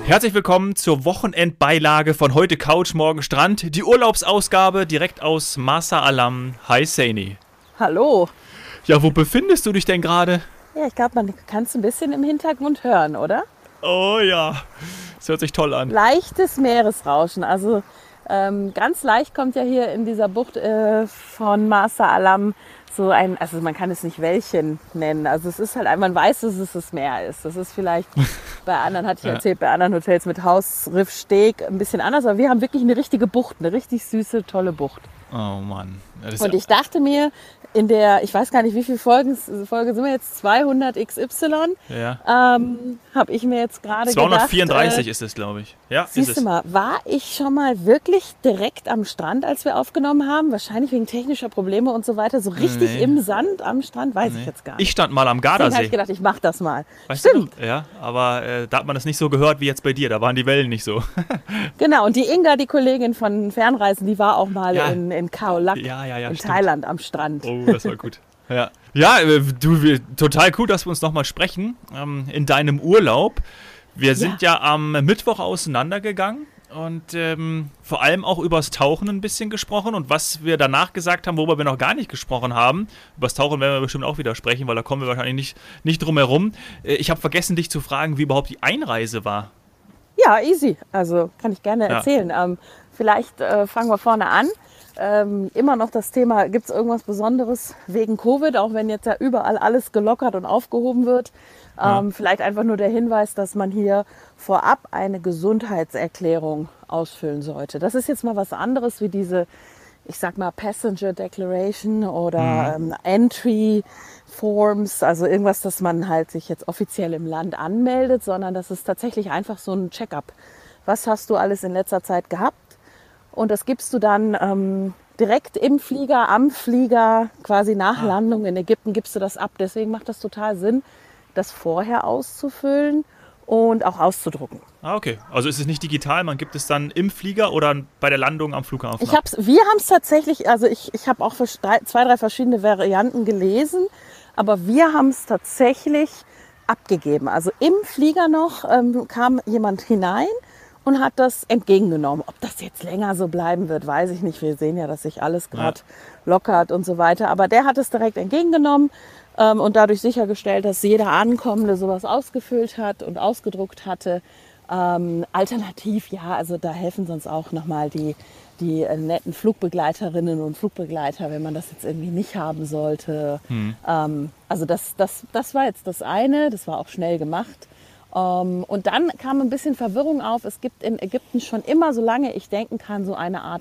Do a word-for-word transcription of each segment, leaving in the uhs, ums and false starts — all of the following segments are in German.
Herzlich willkommen zur Wochenendbeilage von heute Couch, morgen Strand. Die Urlaubsausgabe direkt aus Marsa Alam. Hi Saini. Hallo. Ja, wo befindest du dich denn gerade? Ja, ich glaube, man kann es ein bisschen im Hintergrund hören, oder? Oh ja, das hört sich toll an. Leichtes Meeresrauschen. Also ähm, ganz leicht kommt ja hier in dieser Bucht äh, von Marsa Alam so ein, also man kann es nicht Wellchen nennen. Also es ist halt, man weiß, dass es das Meer ist. Das ist vielleicht bei anderen, hatte ich erzählt, bei anderen Hotels mit Haus, Riff, Steg ein bisschen anders. Aber wir haben wirklich eine richtige Bucht, eine richtig süße, tolle Bucht. Oh Mann. Ja, und ich dachte mir, in der, ich weiß gar nicht, wie viele Folgen, Folge sind wir jetzt, zweihundert X Y, ja. ähm, habe ich mir jetzt gerade gedacht. zweihundertvierunddreißig äh, ist es, glaube ich. Ja, siehst ist du es. mal, war ich schon mal wirklich direkt am Strand, als wir aufgenommen haben? Wahrscheinlich wegen technischer Probleme und so weiter. So richtig Nee. im Sand am Strand, weiß Nee. ich jetzt gar nicht. Ich stand mal am Deswegen Gardasee. habe ich gedacht, ich mache das mal. Weißt Stimmt. Du noch? Ja, aber äh, da hat man das nicht so gehört wie jetzt bei dir. Da waren die Wellen nicht so. Genau, und die Inga, die Kollegin von Fernreisen, die war auch mal Ja. in, in Khao Lak Ja, ja, ja, in stimmt. Thailand am Strand. Oh, das war gut. Ja, ja äh, du, wir, total cool, dass wir uns nochmal sprechen ähm, in deinem Urlaub. Wir sind ja, ja am Mittwoch auseinandergegangen und ähm, vor allem auch übers Tauchen ein bisschen gesprochen. Und was wir danach gesagt haben, worüber wir noch gar nicht gesprochen haben, übers Tauchen werden wir bestimmt auch wieder sprechen, weil da kommen wir wahrscheinlich nicht, nicht drum herum. Äh, ich habe vergessen, dich zu fragen, wie überhaupt die Einreise war. Ja, easy. Also kann ich gerne Ja. erzählen. Ähm, vielleicht äh, fangen wir vorne an. Ähm, immer noch das Thema, gibt es irgendwas Besonderes wegen Covid, auch wenn jetzt ja überall alles gelockert und aufgehoben wird. Ähm, Ja. Vielleicht einfach nur der Hinweis, dass man hier vorab eine Gesundheitserklärung ausfüllen sollte. Das ist jetzt mal was anderes wie diese, ich sag mal, Passenger Declaration oder Mhm. ähm, Entry Forms, also irgendwas, dass man halt sich jetzt offiziell im Land anmeldet, sondern das ist tatsächlich einfach so ein Check-up. Was hast du alles in letzter Zeit gehabt? Und das gibst du dann ähm, direkt im Flieger, am Flieger, quasi nach Ah. Landung in Ägypten gibst du das ab. Deswegen macht das total Sinn, das vorher auszufüllen und auch auszudrucken. Ah, okay. Also ist es nicht digital, man gibt es dann im Flieger oder bei der Landung am Flughafen Ich ab? hab's, wir haben es tatsächlich, also ich, ich habe auch vers- drei, zwei, drei verschiedene Varianten gelesen, aber wir haben es tatsächlich abgegeben. Also im Flieger noch ähm, kam jemand hinein und hat das entgegengenommen. Ob das jetzt länger so bleiben wird, weiß ich nicht. Wir sehen ja, dass sich alles gerade lockert und so weiter. Aber der hat es direkt entgegengenommen ähm, und dadurch sichergestellt, dass jeder Ankommende sowas ausgefüllt hat und ausgedruckt hatte. Ähm, alternativ, ja, also da helfen sonst auch nochmal die, die äh, netten Flugbegleiterinnen und Flugbegleiter, wenn man das jetzt irgendwie nicht haben sollte. Hm. Ähm, also das, das, das war jetzt das eine, das war auch schnell gemacht. Um, und dann kam ein bisschen Verwirrung auf. Es gibt in Ägypten schon immer, solange ich denken kann, so eine Art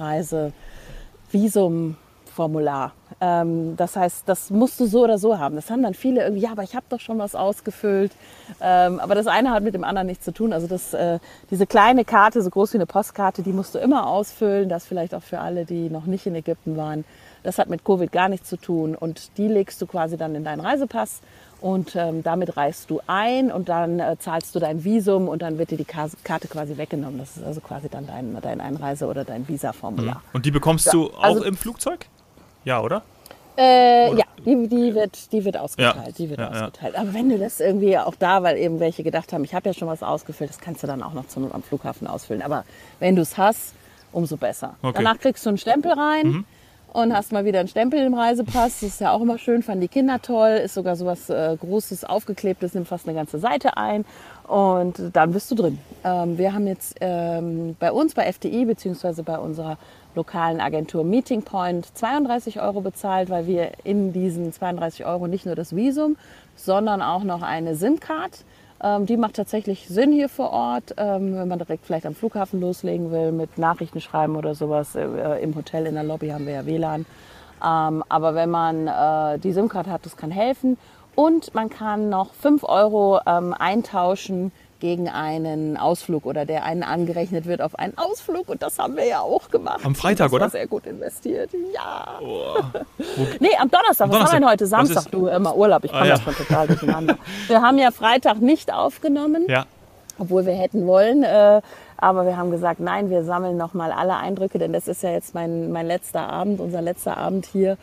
Einreise-Visum-Formular. Ähm, das heißt, das musst du so oder so haben. Das haben dann viele irgendwie, ja, aber ich habe doch schon was ausgefüllt. Ähm, aber das eine hat mit dem anderen nichts zu tun. Also das, äh, diese kleine Karte, so groß wie eine Postkarte, die musst du immer ausfüllen. Das vielleicht auch für alle, die noch nicht in Ägypten waren. Das hat mit Covid gar nichts zu tun. Und die legst du quasi dann in deinen Reisepass. Und ähm, damit reist du ein und dann äh, zahlst du dein Visum und dann wird dir die Karte quasi weggenommen. Das ist also quasi dann dein, dein Einreise- oder dein Visa-Formular. Und die bekommst Ja, du auch also- im Flugzeug? Ja, oder? Äh, Oder- ja, die, die, wird, die wird ausgeteilt. Ja, Die wird ja, ja. ausgeteilt. Aber wenn du das irgendwie auch da, weil eben welche gedacht haben, ich habe ja schon was ausgefüllt, das kannst du dann auch noch zur Not am Flughafen ausfüllen. Aber wenn du es hast, umso besser. Okay. Danach kriegst du einen Stempel rein. Mhm. Und hast mal wieder einen Stempel im Reisepass. Das ist ja auch immer schön, fanden die Kinder toll. Ist sogar sowas äh, Großes, Aufgeklebtes, nimmt fast eine ganze Seite ein. Und dann bist du drin. Ähm, wir haben jetzt ähm, bei uns, bei F D I, beziehungsweise bei unserer lokalen Agentur Meeting Point zweiunddreißig Euro bezahlt, weil wir in diesen zweiunddreißig Euro nicht nur das Visum, sondern auch noch eine SIM-Card. Ähm, die macht tatsächlich Sinn hier vor Ort, ähm, wenn man direkt vielleicht am Flughafen loslegen will mit Nachrichten schreiben oder sowas. Äh, Im Hotel in der Lobby haben wir ja W L A N. Ähm, aber wenn man äh, die SIM-Card hat, das kann helfen. Und man kann noch fünf Euro ähm, eintauschen gegen einen Ausflug oder der einen angerechnet wird auf einen Ausflug. Und das haben wir ja auch gemacht. Am Freitag, das war oder? sehr gut investiert. Ja. Oh. Nee, am Donnerstag. Was Donnerstag. haben wir denn heute? Was Samstag. ist- Du, immer Urlaub. Ich komme Ah, ja. ja schon total durcheinander. Wir haben ja Freitag nicht aufgenommen, Ja. obwohl wir hätten wollen. Äh, aber wir haben gesagt, nein, wir sammeln noch mal alle Eindrücke, denn das ist ja jetzt mein, mein letzter Abend, unser letzter Abend hier.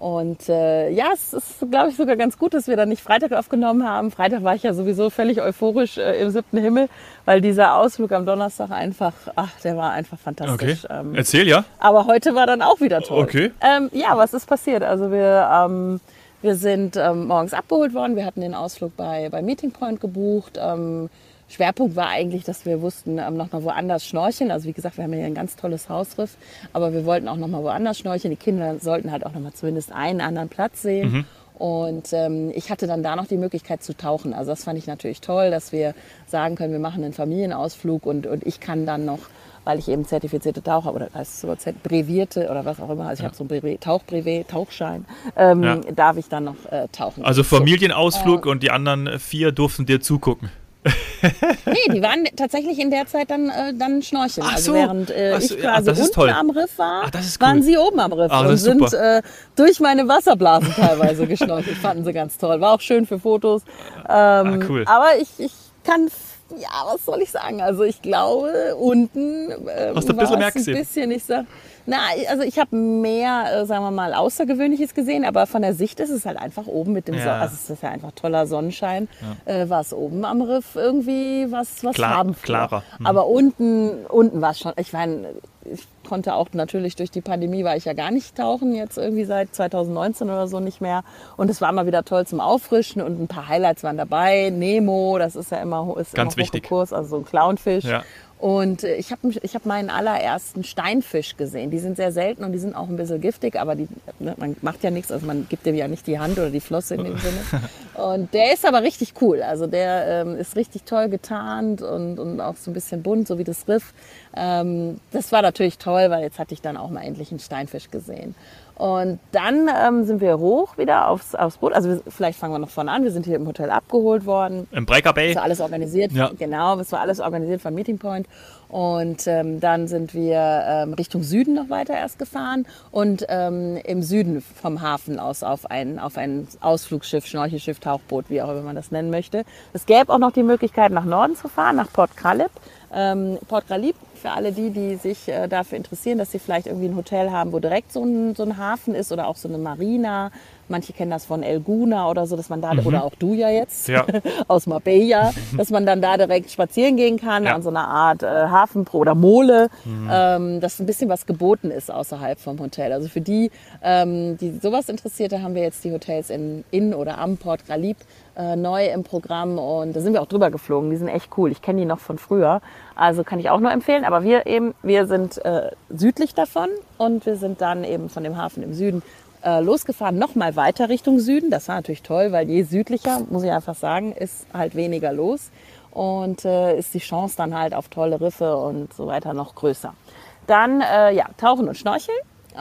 Und äh, ja, es ist, glaube ich, sogar ganz gut, dass wir dann nicht Freitag aufgenommen haben. Freitag war ich ja sowieso völlig euphorisch äh, im siebten Himmel, weil dieser Ausflug am Donnerstag einfach, ach, der war einfach fantastisch. Okay. Ähm, Erzähl, ja. aber heute war dann auch wieder toll. Okay. Ähm, ja, was ist passiert? Also wir, ähm, wir sind ähm, morgens abgeholt worden. Wir hatten den Ausflug bei, bei Meeting Point gebucht. Ähm, Schwerpunkt war eigentlich, dass wir wussten, ähm, noch mal woanders schnorcheln. Also wie gesagt, wir haben hier ein ganz tolles Hausriff, aber wir wollten auch noch mal woanders schnorcheln. Die Kinder sollten halt auch noch mal zumindest einen anderen Platz sehen. Mhm. Und ähm, ich hatte dann da noch die Möglichkeit zu tauchen. Also das fand ich natürlich toll, dass wir sagen können, wir machen einen Familienausflug und, und ich kann dann noch, weil ich eben zertifizierte Taucher oder heißt es so, brevierte oder was auch immer, also ich ja. habe so ein Brevet, Tauchbrevet, Tauchschein, ähm, ja. darf ich dann noch äh, tauchen. Also Familienausflug so. Und die anderen vier durften dir zugucken. Nee, die waren tatsächlich in der Zeit dann, äh, dann schnorcheln. Ach also so. während äh, so. ich quasi Ach, unten toll. am Riff war, Ach, das ist cool. waren sie oben am Riff Ach, und sind äh, durch meine Wasserblasen teilweise geschnorchelt. Fanden sie ganz toll. War auch schön für Fotos. Ähm, ah, cool. Aber ich, ich kann, ja, was soll ich sagen? Also ich glaube, unten äh, Hast du ein war bisschen mehr es ein gesehen? bisschen, ich sag, na, also ich habe mehr, äh, sagen wir mal, Außergewöhnliches gesehen, aber von der Sicht ist es halt einfach oben mit dem, ja. Son- also es ist ja einfach toller Sonnenschein, ja. äh, war es oben am Riff irgendwie was, was Klar, farbenfroh. klarer. Mhm. Aber unten, unten war es schon, ich meine, ich konnte auch natürlich durch die Pandemie, war ich ja gar nicht tauchen, jetzt irgendwie seit zwanzig neunzehn oder so nicht mehr. Und es war mal wieder toll zum Auffrischen und ein paar Highlights waren dabei. Nemo, das ist ja immer, ist Ganz immer wichtig. Kurs, also so ein Clownfisch. Ja. Und ich habe ich hab meinen allerersten Steinfisch gesehen. Die sind sehr selten und die sind auch ein bisschen giftig, aber die, ne, man macht ja nichts, also man gibt dem ja nicht die Hand oder die Flosse in dem Sinne. Und der ist aber richtig cool. Also der ähm, ist richtig toll getarnt und, und auch so ein bisschen bunt, so wie das Riff. Ähm, das war natürlich toll, weil jetzt hatte ich dann auch mal endlich einen Steinfisch gesehen. Und dann ähm, sind wir hoch wieder aufs, aufs Boot. Also wir, vielleicht fangen wir noch vorne an. Wir sind hier im Hotel abgeholt worden. Im Breaker Bay. Das war alles organisiert. Ja. Genau, das war alles organisiert von Meeting Point. Und ähm, dann sind wir ähm, Richtung Süden noch weiter erst gefahren und ähm, im Süden vom Hafen aus auf ein, auf ein Ausflugsschiff, Schnorchelschiff, Tauchboot, wie auch immer man das nennen möchte. Es gäbe auch noch die Möglichkeit, nach Norden zu fahren, nach Port Cralip. Ähm, Port Cralip, für alle die, die sich äh, dafür interessieren, dass sie vielleicht irgendwie ein Hotel haben, wo direkt so ein, so ein Hafen ist oder auch so eine Marina. Manche kennen das von Elguna oder so, dass man da, mhm. oder auch du ja jetzt, ja. aus Marbella, dass man dann da direkt spazieren gehen kann, ja. an so einer Art äh, Hafen oder Mole, mhm. ähm, dass ein bisschen was geboten ist außerhalb vom Hotel. Also für die, ähm, die sowas Interessierte, haben wir jetzt die Hotels in, in oder am Port Cralip äh, neu im Programm und da sind wir auch drüber geflogen. Die sind echt cool. Ich kenne die noch von früher, also kann ich auch nur empfehlen. Aber wir eben, wir sind äh, südlich davon und wir sind dann eben von dem Hafen im Süden äh, losgefahren, noch mal weiter Richtung Süden. Das war natürlich toll, weil je südlicher, muss ich einfach sagen, ist halt weniger los und äh, ist die Chance dann halt auf tolle Riffe und so weiter noch größer. Dann äh, ja, tauchen und schnorcheln.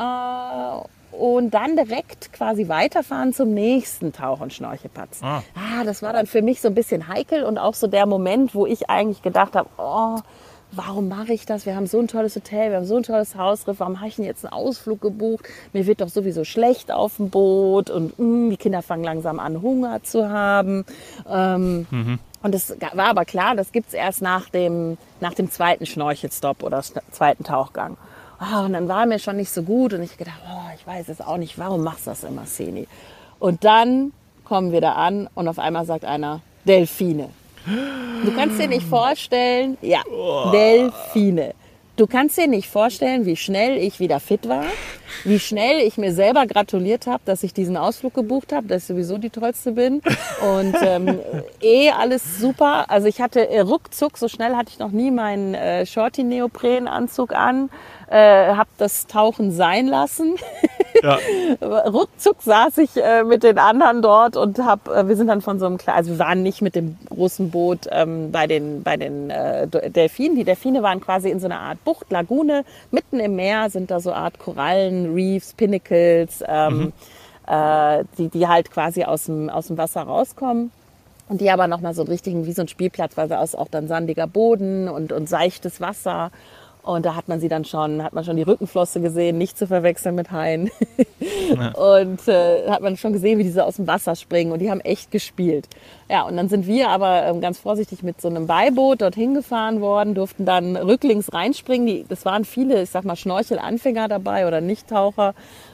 Äh, Und dann direkt quasi weiterfahren zum nächsten Tauch- und Schnorchelplatz. Ah. ah, das war dann für mich so ein bisschen heikel und auch so der Moment, wo ich eigentlich gedacht habe, oh, warum mache ich das? Wir haben so ein tolles Hotel, wir haben so ein tolles Hausriff, warum habe ich denn jetzt einen Ausflug gebucht? Mir wird doch sowieso schlecht auf dem Boot und mh, die Kinder fangen langsam an, Hunger zu haben. Ähm, mhm. Und es war aber klar, das gibt's erst nach dem, nach dem zweiten Schnorchelstopp oder zweiten Tauchgang. Oh, und dann war mir schon nicht so gut und ich gedacht, oh, ich weiß es auch nicht, warum machst du das immer, Seni? Und dann kommen wir da an und auf einmal sagt einer, Delfine. Du kannst dir nicht vorstellen, ja, oh. Delfine. Du kannst dir nicht vorstellen, wie schnell ich wieder fit war, wie schnell ich mir selber gratuliert habe, dass ich diesen Ausflug gebucht habe, dass ich sowieso die Tollste bin. Und ähm, eh alles super. Also ich hatte äh, ruckzuck, so schnell hatte ich noch nie meinen äh, Shorty-Neoprenanzug an, äh, habe das Tauchen sein lassen. Ja. Ruckzuck saß ich äh, mit den anderen dort und hab, äh, wir sind dann von so einem kleinen, also wir waren nicht mit dem großen Boot ähm, bei den, bei den äh, Delfinen. Die Delfine waren quasi in so einer Art Bucht, Lagune, mitten im Meer sind da so Art Korallen, Reefs, Pinnacles, ähm, mhm. äh, die, die halt quasi aus dem, aus dem Wasser rauskommen. Und die aber nochmal so einen richtigen, wie so ein Spielplatz, weil da ist auch dann sandiger Boden und, und seichtes Wasser. Und da hat man sie dann schon, hat man schon die Rückenflosse gesehen, nicht zu verwechseln mit Haien. Ja. Und äh, hat man schon gesehen, wie diese aus dem Wasser springen. Und die haben echt gespielt. Ja, und dann sind wir aber ähm, ganz vorsichtig mit so einem Beiboot dorthin gefahren worden, durften dann rücklings reinspringen. Die, das waren viele, ich sag mal, Schnorchelanfänger dabei oder Nichttaucher.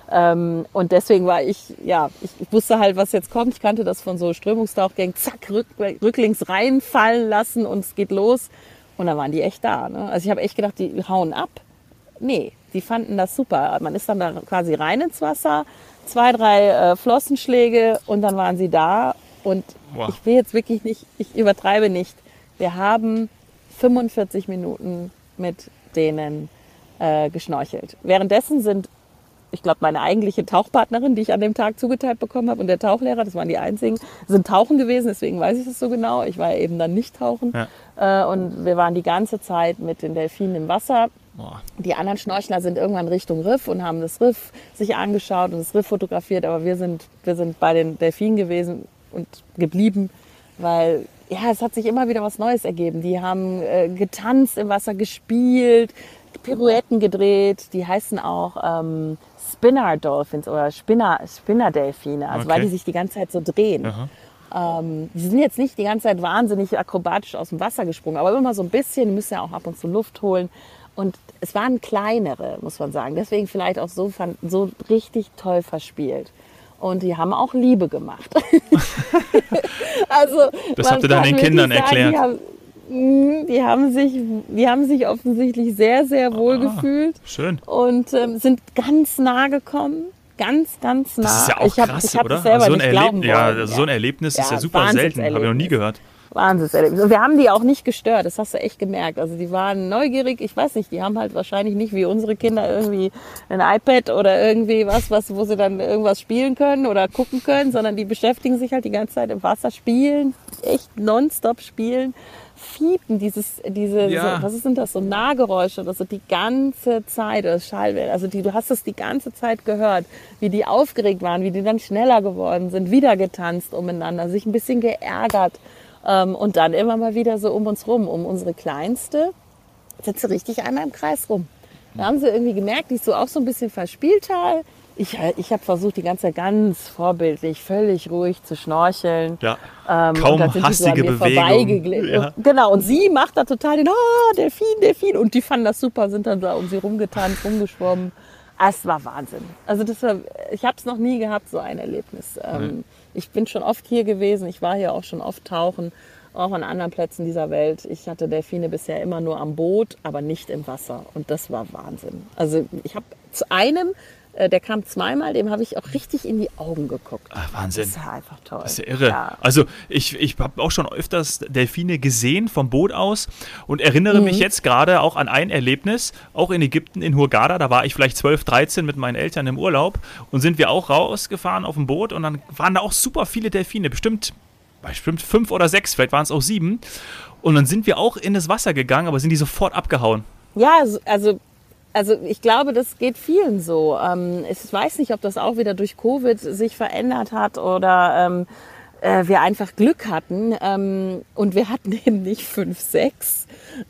Ähm, und deswegen war ich, ja, ich, ich wusste halt, was jetzt kommt. Ich kannte das von so Strömungstauchgängen, zack, rück, rücklings reinfallen lassen und es geht los. Und dann waren die echt da. Ne? Also ich habe echt gedacht, die hauen ab. Nee, die fanden das super. Man ist dann da quasi rein ins Wasser, zwei, drei äh, Flossenschläge und dann waren sie da. Und wow. Ich will jetzt wirklich nicht, ich übertreibe nicht. Wir haben fünfundvierzig Minuten mit denen äh, geschnorchelt. Währenddessen sind, ich glaube, meine eigentliche Tauchpartnerin, die ich an dem Tag zugeteilt bekommen habe, und der Tauchlehrer, das waren die einzigen, sind tauchen gewesen, deswegen weiß ich das so genau. Ich war ja eben dann nicht tauchen. Ja. Äh, und wir waren die ganze Zeit mit den Delfinen im Wasser. Boah. Die anderen Schnorchler sind irgendwann Richtung Riff und haben das Riff sich angeschaut und das Riff fotografiert, aber wir sind, wir sind bei den Delfinen gewesen und geblieben, weil ja, es hat sich immer wieder was Neues ergeben. Die haben äh, getanzt im Wasser, gespielt, Pirouetten gedreht, die heißen auch ähm, Spinner Dolphins oder Spinner, Spinner Delfine, also okay. Weil die sich die ganze Zeit so drehen. Ähm, die sind jetzt nicht die ganze Zeit wahnsinnig akrobatisch aus dem Wasser gesprungen, aber immer so ein bisschen, die müssen ja auch ab und zu Luft holen. Und es waren kleinere, muss man sagen. Deswegen vielleicht auch so, so richtig toll verspielt. Und die haben auch Liebe gemacht. Also, das habt ihr dann den Kindern sagen, erklärt. Die haben, die, haben sich, die haben sich offensichtlich sehr, sehr wohl ah, gefühlt. Schön. Und ähm, sind ganz nah gekommen. Ganz, ganz nah. Das ist ja auch ich hab, krass, ich hab oder? Das selber Also so, ein nicht Erleb glauben ja, wollen. so ein Erlebnis ja, ist ja super selten. Habe ich noch nie gehört. Wahnsinnserlebnis. Und wir haben die auch nicht gestört, das hast du echt gemerkt. Also die waren neugierig, ich weiß nicht, die haben halt wahrscheinlich nicht wie unsere Kinder irgendwie ein iPad oder irgendwie was, was, wo sie dann irgendwas spielen können oder gucken können, sondern die beschäftigen sich halt die ganze Zeit im Wasser, spielen, echt nonstop spielen, fiepen, dieses, diese, ja. so, was sind das, so Nahgeräusche, das so die ganze Zeit, das Schallwellen, also die, du hast es die ganze Zeit gehört, wie die aufgeregt waren, wie die dann schneller geworden sind, wieder getanzt umeinander, sich ein bisschen geärgert. Und dann immer mal wieder so um uns rum, um unsere Kleinste, sitzt sie richtig einmal im Kreis rum. Da haben sie irgendwie gemerkt, die ist so auch so ein bisschen verspielter. Ich, ich habe versucht, die ganze Zeit ganz vorbildlich, völlig ruhig zu schnorcheln. Ja, ähm, kaum hastige so Bewegung. Ja. Genau, und sie macht da total den, oh, Delfin, Delfin. Und die fanden das super, sind dann da um sie rumgetanzt, rumgeschwommen. Es war Wahnsinn. Also das war, ich habe es noch nie gehabt, so ein Erlebnis. Ähm, mhm. Ich bin schon oft hier gewesen, ich war hier auch schon oft tauchen, auch an anderen Plätzen dieser Welt. Ich hatte Delfine bisher immer nur am Boot, aber nicht im Wasser. Und das war Wahnsinn. Also ich habe zu einem, äh, der kam zweimal, dem habe ich auch richtig in die Augen geguckt. Ach, Wahnsinn. Das war einfach toll. Das ist ja irre. Ja. Also ich, ich habe auch schon öfters Delfine gesehen vom Boot aus und erinnere mhm. mich jetzt gerade auch an ein Erlebnis, auch in Ägypten, in Hurghada. Da war ich vielleicht zwölf, dreizehn mit meinen Eltern im Urlaub und sind wir auch rausgefahren auf dem Boot und dann waren da auch super viele Delfine, bestimmt, bestimmt fünf oder sechs, vielleicht waren es auch sieben. Und dann sind wir auch in das Wasser gegangen, aber sind die sofort abgehauen. Ja, also Also ich glaube, das geht vielen so. Ähm, ich weiß nicht, ob das auch wieder durch Covid sich verändert hat oder ähm, äh, wir einfach Glück hatten. Ähm, und wir hatten eben nicht fünf, sechs.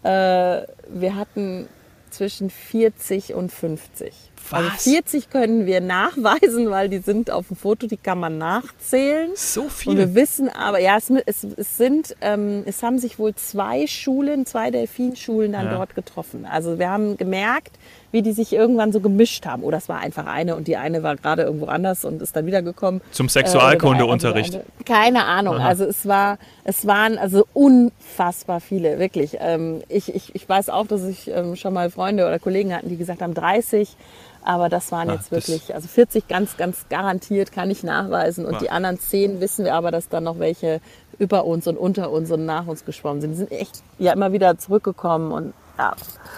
Äh, wir hatten zwischen vierzig und fünfzig. Was? Also vierzig können wir nachweisen, weil die sind auf dem Foto, die kann man nachzählen. So viel? Und wir wissen aber, ja, es, es, es sind, ähm, es haben sich wohl zwei Schulen, zwei Delfinschulen dann ja. dort getroffen. Also wir haben gemerkt, wie die sich irgendwann so gemischt haben. Oder es war einfach eine und die eine war gerade irgendwo anders und ist dann wiedergekommen. Zum Sexualkundeunterricht. Äh, keine Ahnung. Aha. Also es war, es waren also unfassbar viele, wirklich. Ähm, ich, ich, ich weiß auch, dass ich ähm, schon mal Freunde oder Kollegen hatten, die gesagt haben, dreißig. Aber das waren jetzt ah, wirklich, also vierzig ganz, ganz garantiert kann ich nachweisen. Und ah. die anderen zehn wissen wir aber, dass dann noch welche über uns und unter uns und nach uns geschwommen sind. Die sind echt ja immer wieder zurückgekommen und ja,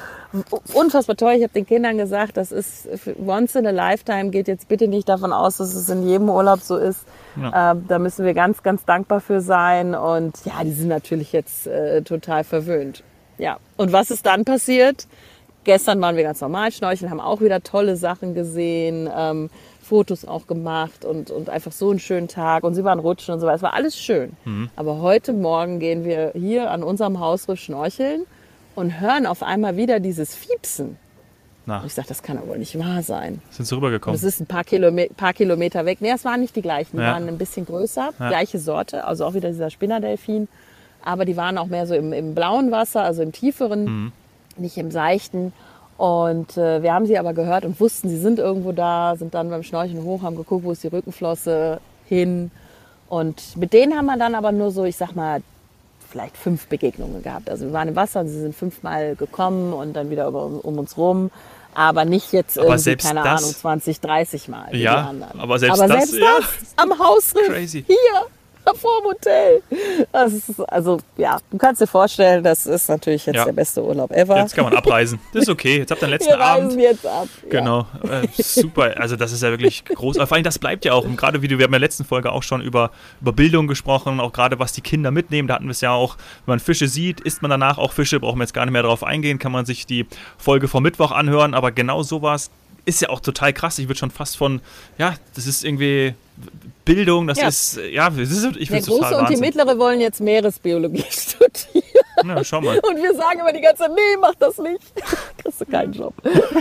unfassbar toll. Ich habe den Kindern gesagt, das ist once in a lifetime. Geht jetzt bitte nicht davon aus, dass es in jedem Urlaub so ist. Ja. Ähm, da müssen wir ganz, ganz dankbar für sein. Und ja, die sind natürlich jetzt äh, total verwöhnt. Ja. Und was ist dann passiert? Gestern waren wir ganz normal schnorcheln, haben auch wieder tolle Sachen gesehen, ähm, Fotos auch gemacht und, und einfach so einen schönen Tag. Und sie waren rutschen und so weiter. Es war alles schön. Mhm. Aber heute Morgen gehen wir hier an unserem Hausriff schnorcheln und hören auf einmal wieder dieses Fiepsen. Na. Und ich sage, das kann doch wohl nicht wahr sein. Sind sie rübergekommen? Das ist ein paar, Kilome- paar Kilometer weg. Nee, es waren nicht die gleichen. Die ja. waren ein bisschen größer, ja. gleiche Sorte, also auch wieder dieser Spinnerdelfin. Aber die waren auch mehr so im, im blauen Wasser, also im tieferen. Mhm. Nicht im seichten. Und äh, wir haben sie aber gehört und wussten, sie sind irgendwo da, sind dann beim Schnorcheln hoch, haben geguckt, wo ist die Rückenflosse hin. Und mit denen haben wir dann aber nur so, ich sag mal, vielleicht fünf Begegnungen gehabt. Also wir waren im Wasser und sie sind fünfmal gekommen und dann wieder um, um uns rum. Aber nicht jetzt aber irgendwie, selbst keine das, Ahnung, zwanzig, dreißig Mal wie ja, die anderen. aber selbst aber das, selbst ja, das am Hausriff, crazy. hier, vor dem Hotel. Das ist, also ja, du kannst dir vorstellen, das ist natürlich jetzt ja. der beste Urlaub ever. Jetzt kann man abreisen. Das ist okay. Jetzt habt ihr den letzten Wir reisen Abend. jetzt ab. Genau, äh, super. Also das ist ja wirklich groß. Aber vor allem, das bleibt ja auch. Und gerade wie du, wir haben in der letzten Folge auch schon über, über Bildung gesprochen, auch gerade was die Kinder mitnehmen. Da hatten wir es ja auch, wenn man Fische sieht, isst man danach auch Fische. Brauchen wir jetzt gar nicht mehr drauf eingehen. Kann man sich die Folge vom Mittwoch anhören. Aber genau sowas ist ja auch total krass. Ich würde schon fast von, ja, das ist irgendwie Bildung, das ja. ist, ja, das ist, ich Der finde total Große und die Wahnsinn. Mittlere wollen jetzt Meeresbiologie studieren. Na, schau mal. Und wir sagen immer die ganze Zeit, nee, mach das nicht. Kriegst du keinen Job.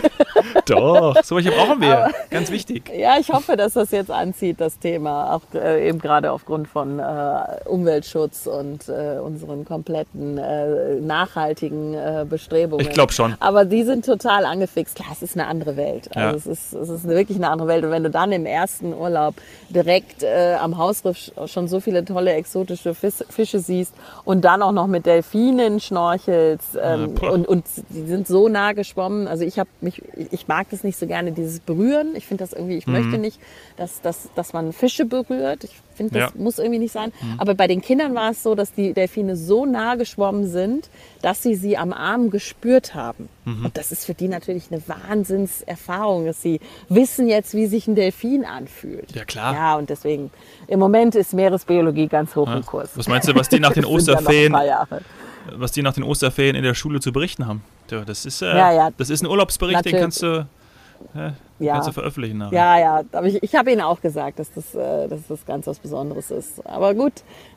Doch, solche brauchen wir. Aber, ganz wichtig. Ja, ich hoffe, dass das jetzt anzieht, das Thema. Auch äh, eben gerade aufgrund von äh, Umweltschutz und äh, unseren kompletten äh, nachhaltigen äh, Bestrebungen. Ich glaube schon. Aber die sind total angefixt. Klar, es ist eine andere Welt. Also Ja. es ist, es ist wirklich eine andere Welt. Und wenn du dann im ersten Urlaub direkt äh, am Hausriff schon so viele tolle exotische Fis- Fische siehst und dann auch noch mit Delfinen schnorchelst ähm, Ja, und, und die sind so nah geschwommen. Also ich habe mich, ich mag das nicht so gerne, dieses Berühren. Ich finde das irgendwie, ich Mhm. möchte nicht, dass, dass, dass man Fische berührt. Ich finde, das Ja. muss irgendwie nicht sein. Mhm. Aber bei den Kindern war es so, dass die Delfine so nah geschwommen sind, dass sie sie am Arm gespürt haben. Mhm. Und das ist für die natürlich eine Wahnsinnserfahrung, dass sie wissen jetzt, wie sich ein Delfin anfühlt. Ja, klar. Ja, und deswegen, im Moment ist Meeresbiologie ganz hoch Ja. im Kurs. Was meinst du, was die nach den Das sind ja noch ein Osterferien, paar Jahre. was die nach den Osterferien in der Schule zu berichten haben? Ja, das ist, äh, Ja, ja. das ist ein Urlaubsbericht, den Natürlich. kannst du, äh, Ja. kannst du veröffentlichen. Nachher. Ja, ja, aber ich, ich habe Ihnen auch gesagt, dass das, äh, dass das ganz was Besonderes ist. Aber gut,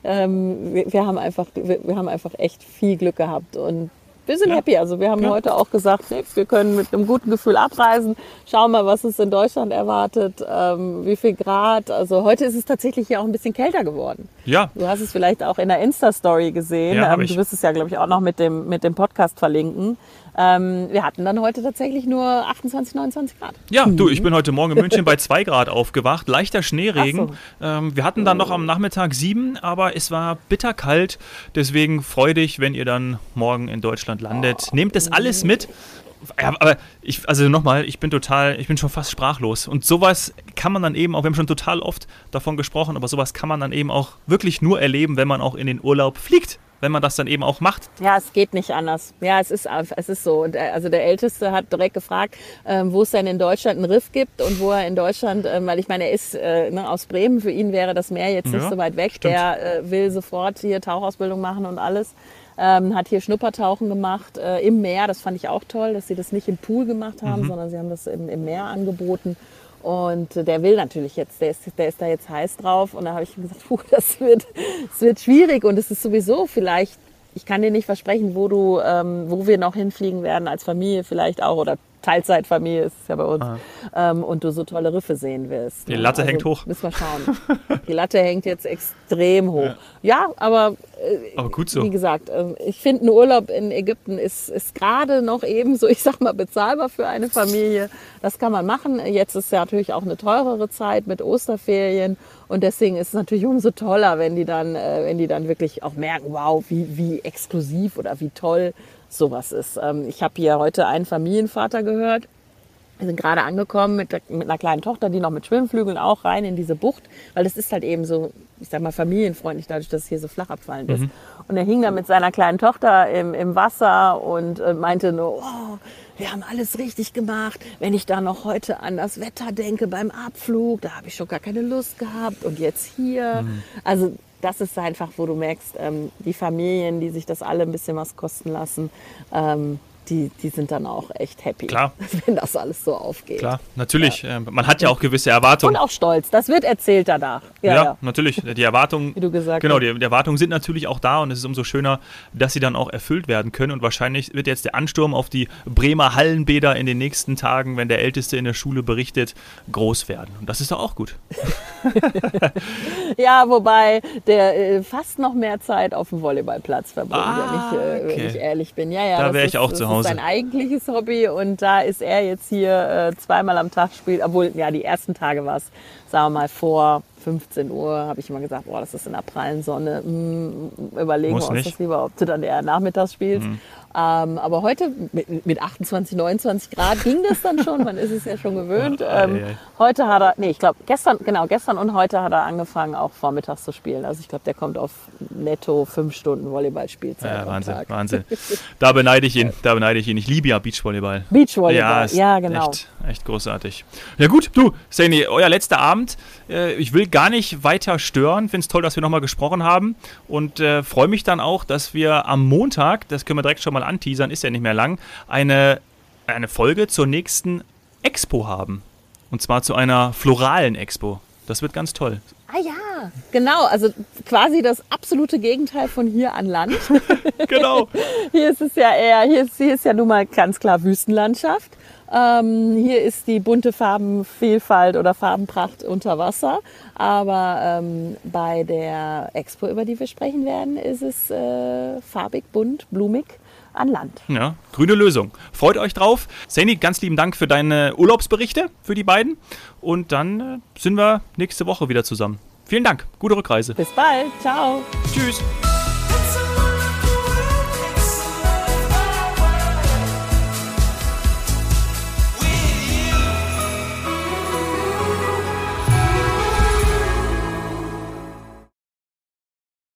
ähm, wir, wir, haben einfach, wir, wir haben einfach echt viel Glück gehabt und wir sind Ja. happy. Also wir haben Ja. heute auch gesagt, nee, wir können mit einem guten Gefühl abreisen. Schauen mal, was uns in Deutschland erwartet, ähm, wie viel Grad. Also heute ist es tatsächlich hier auch ein bisschen kälter geworden. Ja, Du hast es vielleicht auch in der Insta-Story gesehen. Ja, hab ähm, ich. du wirst es ja, glaube ich, auch noch mit dem, mit dem Podcast verlinken. Ähm, wir hatten dann heute tatsächlich nur achtundzwanzig, neunundzwanzig Grad. ja, du, ich bin heute Morgen in München bei zwei Grad aufgewacht, leichter Schneeregen. Ach Ähm, wir hatten dann noch am Nachmittag sieben, aber es war bitterkalt. Deswegen freu dich, wenn ihr dann morgen in Deutschland landet. Nehmt das alles mit. Ja, aber ich, also nochmal, ich bin total, ich bin schon fast sprachlos. Und sowas kann man dann eben auch, wir haben schon total oft davon gesprochen, aber sowas kann man dann eben auch wirklich nur erleben, wenn man auch in den Urlaub fliegt. Wenn man das dann eben auch macht. Ja, es geht nicht anders. Ja, es ist, es ist so. Und äh, also der Älteste hat direkt gefragt, ähm, wo es denn in Deutschland einen Riff gibt und wo er in Deutschland, ähm, weil ich meine, er ist äh, ne, aus Bremen, für ihn wäre das Meer jetzt nicht Ja, so weit weg. stimmt. Der äh, will sofort hier Tauchausbildung machen und alles. Ähm, hat hier Schnuppertauchen gemacht äh, im Meer. Das fand ich auch toll, dass sie das nicht im Pool gemacht haben, Mhm. sondern sie haben das im, im Meer angeboten. Und äh, der will natürlich jetzt, der ist, der ist da jetzt heiß drauf. Und da habe ich ihm gesagt, puh, das wird, das wird schwierig. Und es ist sowieso vielleicht, ich kann dir nicht versprechen, wo du, ähm, wo wir noch hinfliegen werden als Familie vielleicht auch oder Teilzeitfamilie ist es ja bei uns, ähm, und du so tolle Riffe sehen wirst. Die Latte Also, hängt hoch. Müssen wir schauen. Die Latte hängt jetzt extrem hoch. Ja, aber, äh, Aber gut so. wie gesagt, äh, ich finde, ein Urlaub in Ägypten ist, ist gerade noch ebenso, ich sag mal, bezahlbar für eine Familie. Das kann man machen. Jetzt ist ja natürlich auch eine teurere Zeit mit Osterferien. Und deswegen ist es natürlich umso toller, wenn die dann, äh, wenn die dann wirklich auch merken, wow, wie, wie exklusiv oder wie toll sowas ist. Ähm, ich habe hier heute einen Familienvater gehört. Wir sind gerade angekommen mit, der, mit einer kleinen Tochter, die noch mit Schwimmflügeln auch rein in diese Bucht, weil es ist halt eben so, ich sag mal, familienfreundlich, dadurch, dass es hier so flach abfallend ist. Und er hing da mit seiner kleinen Tochter im, im Wasser und äh, meinte nur, oh, wir haben alles richtig gemacht. Wenn ich da noch heute an das Wetter denke beim Abflug, da habe ich schon gar keine Lust gehabt. Und jetzt hier. Also das ist einfach, wo du merkst, ähm, die Familien, die sich das alle ein bisschen was kosten lassen, ähm, die, die sind dann auch echt happy, Klar. wenn das alles so aufgeht. Klar, natürlich. Ähm, man hat ja auch gewisse Erwartungen. Und auch stolz. Das wird erzählt danach. Ja, Ja, ja. natürlich. Die Erwartungen, Wie du gesagt genau, hast. die, die Erwartungen sind natürlich auch da und es ist umso schöner, dass sie dann auch erfüllt werden können. Und wahrscheinlich wird jetzt der Ansturm auf die Bremer Hallenbäder in den nächsten Tagen, wenn der Älteste in der Schule berichtet, groß werden. Und das ist doch auch gut. Ja, wobei der äh, fast noch mehr Zeit auf dem Volleyballplatz verbringt, Ah, wenn, ich, äh, okay. wenn ich ehrlich bin. Ja, ja, Da das wäre ist- ich auch das zu ist Hause. Das ist sein eigentliches Hobby und da ist er jetzt hier äh, zweimal am Tag spielt, obwohl, ja, die ersten Tage war es, sagen wir mal, vor fünfzehn Uhr habe ich immer gesagt, boah, das ist in der prallen Sonne, mm, überlegen Muss wir uns nicht. das lieber, ob du dann eher nachmittags spielst. Mhm. Ähm, aber heute mit, mit achtundzwanzig, neunundzwanzig Grad ging das dann schon, man ist es ja schon gewöhnt. Ähm, heute hat er, nee, ich glaube gestern, genau, gestern und heute hat er angefangen auch vormittags zu spielen. Also ich glaube, der kommt auf netto fünf Stunden Volleyballspielzeit Ja, am Wahnsinn, Tag. Wahnsinn. Da beneide ich ihn, da beneide ich ihn. Ich liebe ja Beachvolleyball. Beachvolleyball, ist ja, genau. Echt, echt großartig. Ja gut, du, Saini, euer letzter Abend. Äh, ich will gar nicht weiter stören. Finde es toll, dass wir nochmal gesprochen haben und äh, freue mich dann auch, dass wir am Montag, das können wir direkt schon mal anteasern, ist ja nicht mehr lang, eine, eine Folge zur nächsten Expo haben. Und zwar zu einer floralen Expo. Das wird ganz toll. Ah ja, genau, also quasi das absolute Gegenteil von hier an Land. Genau. Hier ist es ja eher, hier ist, hier ist ja nun mal ganz klar Wüstenlandschaft. Ähm, hier ist die bunte Farbenvielfalt oder Farbenpracht unter Wasser. Aber ähm, bei der Expo, über die wir sprechen werden, ist es äh, farbig, bunt, blumig an Land. Ja, grüne Lösung. Freut euch drauf. Saini, ganz lieben Dank für deine Urlaubsberichte für die beiden. Und dann äh, sind wir nächste Woche wieder zusammen. Vielen Dank. Gute Rückreise. Bis bald. Ciao. Tschüss.